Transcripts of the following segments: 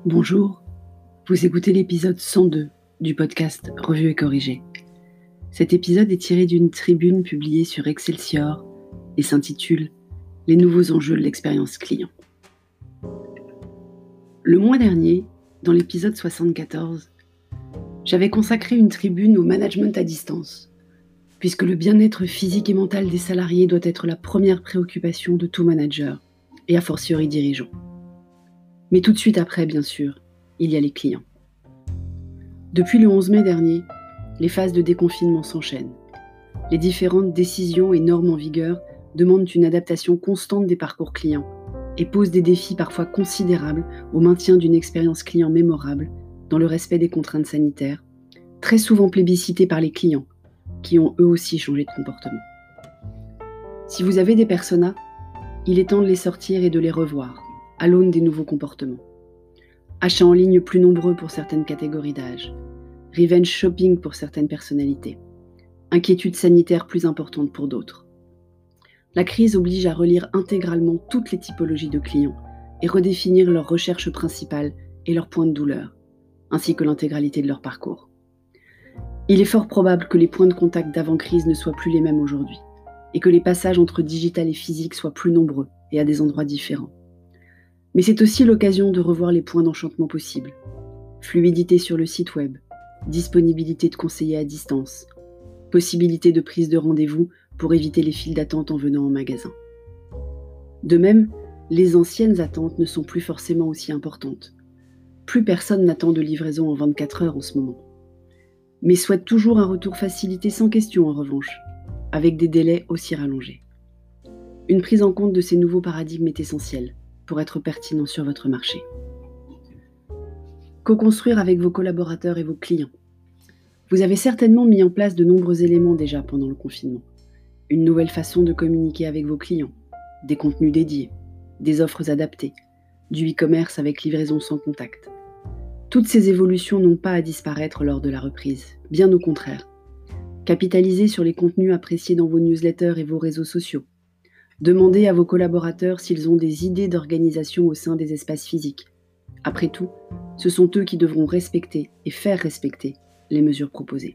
Bonjour, vous écoutez l'épisode 102 du podcast Revue et corrigée. Cet épisode est tiré d'une tribune publiée sur Excelsior et s'intitule « Les nouveaux enjeux de l'expérience client ». Le mois dernier, dans l'épisode 74, j'avais consacré une tribune au management à distance, puisque le bien-être physique et mental des salariés doit être la première préoccupation de tout manager, et a fortiori dirigeant. Mais tout de suite après, bien sûr, il y a les clients. Depuis le 11 mai dernier, les phases de déconfinement s'enchaînent. Les différentes décisions et normes en vigueur demandent une adaptation constante des parcours clients et posent des défis parfois considérables au maintien d'une expérience client mémorable dans le respect des contraintes sanitaires, très souvent plébiscitées par les clients, qui ont eux aussi changé de comportement. Si vous avez des personas, il est temps de les sortir et de les revoir, à l'aune des nouveaux comportements. Achats en ligne plus nombreux pour certaines catégories d'âge, revenge shopping pour certaines personnalités, inquiétudes sanitaires plus importantes pour d'autres. La crise oblige à relire intégralement toutes les typologies de clients et redéfinir leurs recherches principales et leurs points de douleur, ainsi que l'intégralité de leur parcours. Il est fort probable que les points de contact d'avant-crise ne soient plus les mêmes aujourd'hui, et que les passages entre digital et physique soient plus nombreux et à des endroits différents. Mais c'est aussi l'occasion de revoir les points d'enchantement possibles. Fluidité sur le site web, disponibilité de conseillers à distance, possibilité de prise de rendez-vous pour éviter les files d'attente en venant en magasin. De même, les anciennes attentes ne sont plus forcément aussi importantes. Plus personne n'attend de livraison en 24 heures en ce moment. Mais souhaite toujours un retour facilité sans question en revanche, avec des délais aussi rallongés. Une prise en compte de ces nouveaux paradigmes est essentielle pour être pertinent sur votre marché. Co-construire avec vos collaborateurs et vos clients. Vous avez certainement mis en place de nombreux éléments déjà pendant le confinement. Une nouvelle façon de communiquer avec vos clients, des contenus dédiés, des offres adaptées, du e-commerce avec livraison sans contact. Toutes ces évolutions n'ont pas à disparaître lors de la reprise, bien au contraire. Capitalisez sur les contenus appréciés dans vos newsletters et vos réseaux sociaux. Demandez à vos collaborateurs s'ils ont des idées d'organisation au sein des espaces physiques. Après tout, ce sont eux qui devront respecter et faire respecter les mesures proposées.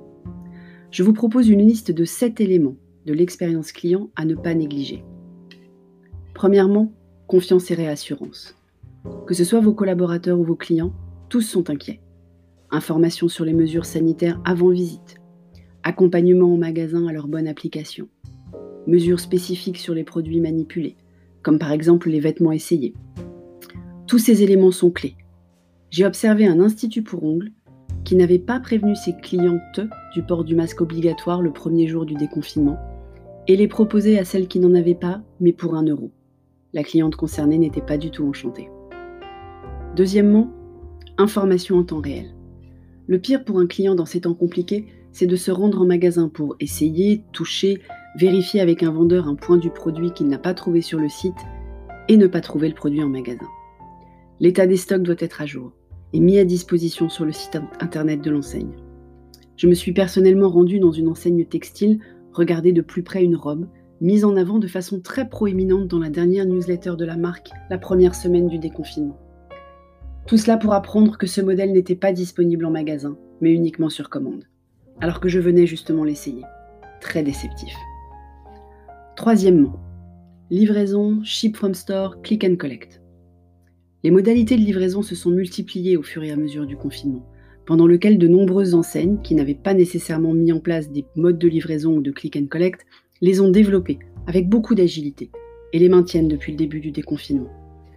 Je vous propose une liste de 7 éléments de l'expérience client à ne pas négliger. Premièrement, confiance et réassurance. Que ce soit vos collaborateurs ou vos clients, tous sont inquiets. Information sur les mesures sanitaires avant visite. Accompagnement au magasin à leur bonne application. Mesures spécifiques sur les produits manipulés, comme par exemple les vêtements essayés. Tous ces éléments sont clés. J'ai observé un institut pour ongles qui n'avait pas prévenu ses clientes du port du masque obligatoire le premier jour du déconfinement et les proposait à celles qui n'en avaient pas, mais pour 1 euro. La cliente concernée n'était pas du tout enchantée. Deuxièmement, information en temps réel. Le pire pour un client dans ces temps compliqués, c'est de se rendre en magasin pour essayer, toucher, vérifier avec un vendeur un point du produit qu'il n'a pas trouvé sur le site et ne pas trouver le produit en magasin. L'état des stocks doit être à jour et mis à disposition sur le site internet de l'enseigne. Je me suis personnellement rendue dans une enseigne textile, regarder de plus près une robe, mise en avant de façon très proéminente dans la dernière newsletter de la marque, la première semaine du déconfinement. Tout cela pour apprendre que ce modèle n'était pas disponible en magasin, mais uniquement sur commande, alors que je venais justement l'essayer. Très déceptif. Troisièmement, livraison, ship from store, click and collect. Les modalités de livraison se sont multipliées au fur et à mesure du confinement, pendant lequel de nombreuses enseignes, qui n'avaient pas nécessairement mis en place des modes de livraison ou de click and collect, les ont développés avec beaucoup d'agilité et les maintiennent depuis le début du déconfinement.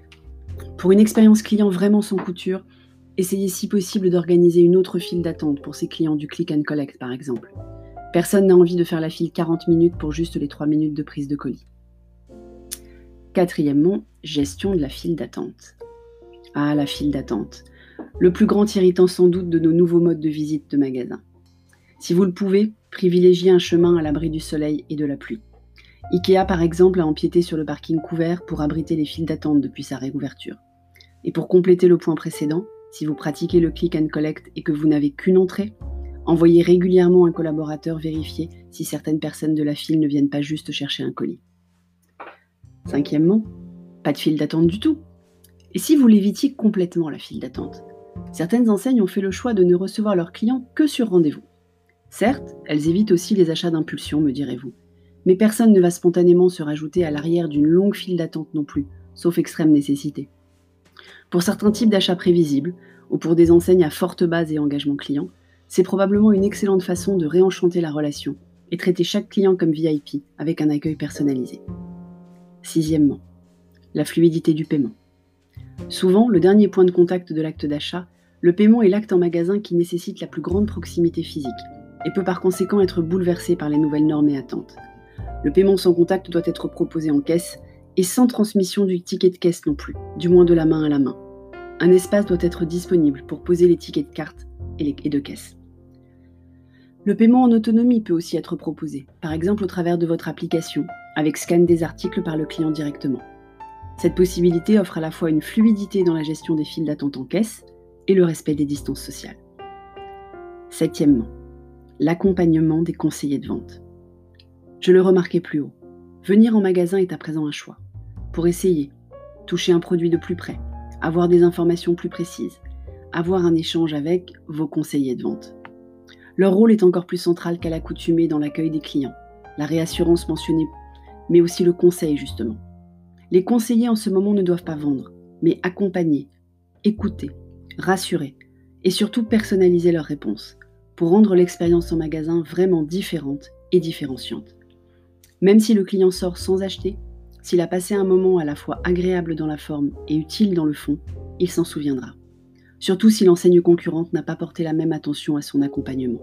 Pour une expérience client vraiment sans couture, essayez si possible d'organiser une autre file d'attente pour ces clients du click and collect par exemple. Personne n'a envie de faire la file 40 minutes pour juste les 3 minutes de prise de colis. Quatrièmement, gestion de la file d'attente. Ah, la file d'attente. Le plus grand irritant sans doute de nos nouveaux modes de visite de magasin. Si vous le pouvez, privilégiez un chemin à l'abri du soleil et de la pluie. Ikea, par exemple, a empiété sur le parking couvert pour abriter les files d'attente depuis sa réouverture. Et pour compléter le point précédent, si vous pratiquez le click and collect et que vous n'avez qu'une entrée, envoyez régulièrement un collaborateur vérifier si certaines personnes de la file ne viennent pas juste chercher un colis. Cinquièmement, pas de file d'attente du tout. Et si vous l'évitiez complètement la file d'attente? Certaines enseignes ont fait le choix de ne recevoir leurs clients que sur rendez-vous. Certes, elles évitent aussi les achats d'impulsion, me direz-vous. Mais personne ne va spontanément se rajouter à l'arrière d'une longue file d'attente non plus, sauf extrême nécessité. Pour certains types d'achats prévisibles, ou pour des enseignes à forte base et engagement client, c'est probablement une excellente façon de réenchanter la relation et traiter chaque client comme VIP avec un accueil personnalisé. Sixièmement, la fluidité du paiement. Souvent, le dernier point de contact de l'acte d'achat, le paiement est l'acte en magasin qui nécessite la plus grande proximité physique et peut par conséquent être bouleversé par les nouvelles normes et attentes. Le paiement sans contact doit être proposé en caisse et sans transmission du ticket de caisse non plus, du moins de la main à la main. Un espace doit être disponible pour poser les tickets de carte et de caisse. Le paiement en autonomie peut aussi être proposé, par exemple au travers de votre application, avec scan des articles par le client directement. Cette possibilité offre à la fois une fluidité dans la gestion des files d'attente en caisse et le respect des distances sociales. Septièmement, l'accompagnement des conseillers de vente. Je le remarquais plus haut. Venir en magasin est à présent un choix. Pour essayer, toucher un produit de plus près, avoir des informations plus précises, avoir un échange avec vos conseillers de vente. Leur rôle est encore plus central qu'à l'accoutumée dans l'accueil des clients, la réassurance mentionnée, mais aussi le conseil justement. Les conseillers en ce moment ne doivent pas vendre, mais accompagner, écouter, rassurer et surtout personnaliser leurs réponses pour rendre l'expérience en magasin vraiment différente et différenciante. Même si le client sort sans acheter, s'il a passé un moment à la fois agréable dans la forme et utile dans le fond, il s'en souviendra. Surtout si l'enseigne concurrente n'a pas porté la même attention à son accompagnement.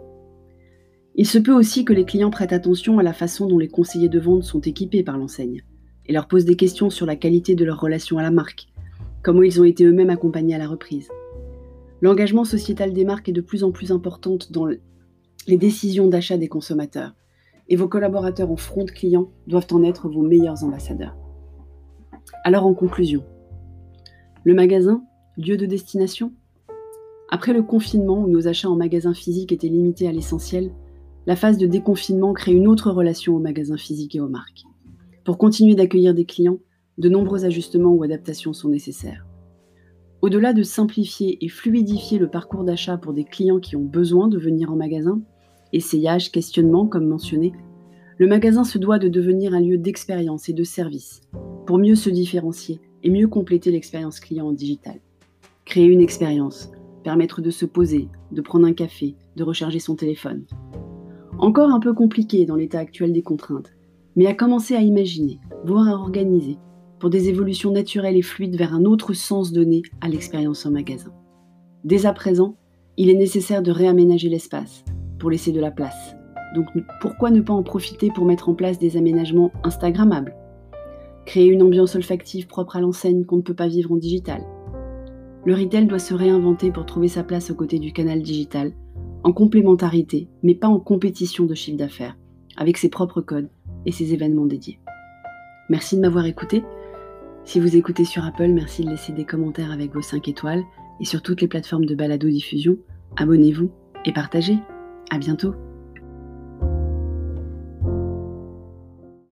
Il se peut aussi que les clients prêtent attention à la façon dont les conseillers de vente sont équipés par l'enseigne et leur posent des questions sur la qualité de leur relation à la marque, comment ils ont été eux-mêmes accompagnés à la reprise. L'engagement sociétal des marques est de plus en plus important dans les décisions d'achat des consommateurs et vos collaborateurs en front client doivent en être vos meilleurs ambassadeurs. Alors en conclusion, le magasin, lieu de destination? Après le confinement où nos achats en magasin physique étaient limités à l'essentiel, la phase de déconfinement crée une autre relation au magasin physique et aux marques. Pour continuer d'accueillir des clients, de nombreux ajustements ou adaptations sont nécessaires. Au-delà de simplifier et fluidifier le parcours d'achat pour des clients qui ont besoin de venir en magasin, essayage, questionnement comme mentionné, le magasin se doit de devenir un lieu d'expérience et de service pour mieux se différencier et mieux compléter l'expérience client en digital. Créer une expérience, permettre de se poser, de prendre un café, de recharger son téléphone. Encore un peu compliqué dans l'état actuel des contraintes, mais à commencer à imaginer, voire à organiser, pour des évolutions naturelles et fluides vers un autre sens donné à l'expérience en magasin. Dès à présent, il est nécessaire de réaménager l'espace, pour laisser de la place. Donc pourquoi ne pas en profiter pour mettre en place des aménagements instagrammables? Créer une ambiance olfactive propre à l'enseigne qu'on ne peut pas vivre en digital. Le retail doit se réinventer pour trouver sa place aux côtés du canal digital, en complémentarité, mais pas en compétition de chiffre d'affaires, avec ses propres codes et ses événements dédiés. Merci de m'avoir écouté. Si vous écoutez sur Apple, merci de laisser des commentaires avec vos 5 étoiles et sur toutes les plateformes de balado-diffusion, abonnez-vous et partagez. À bientôt.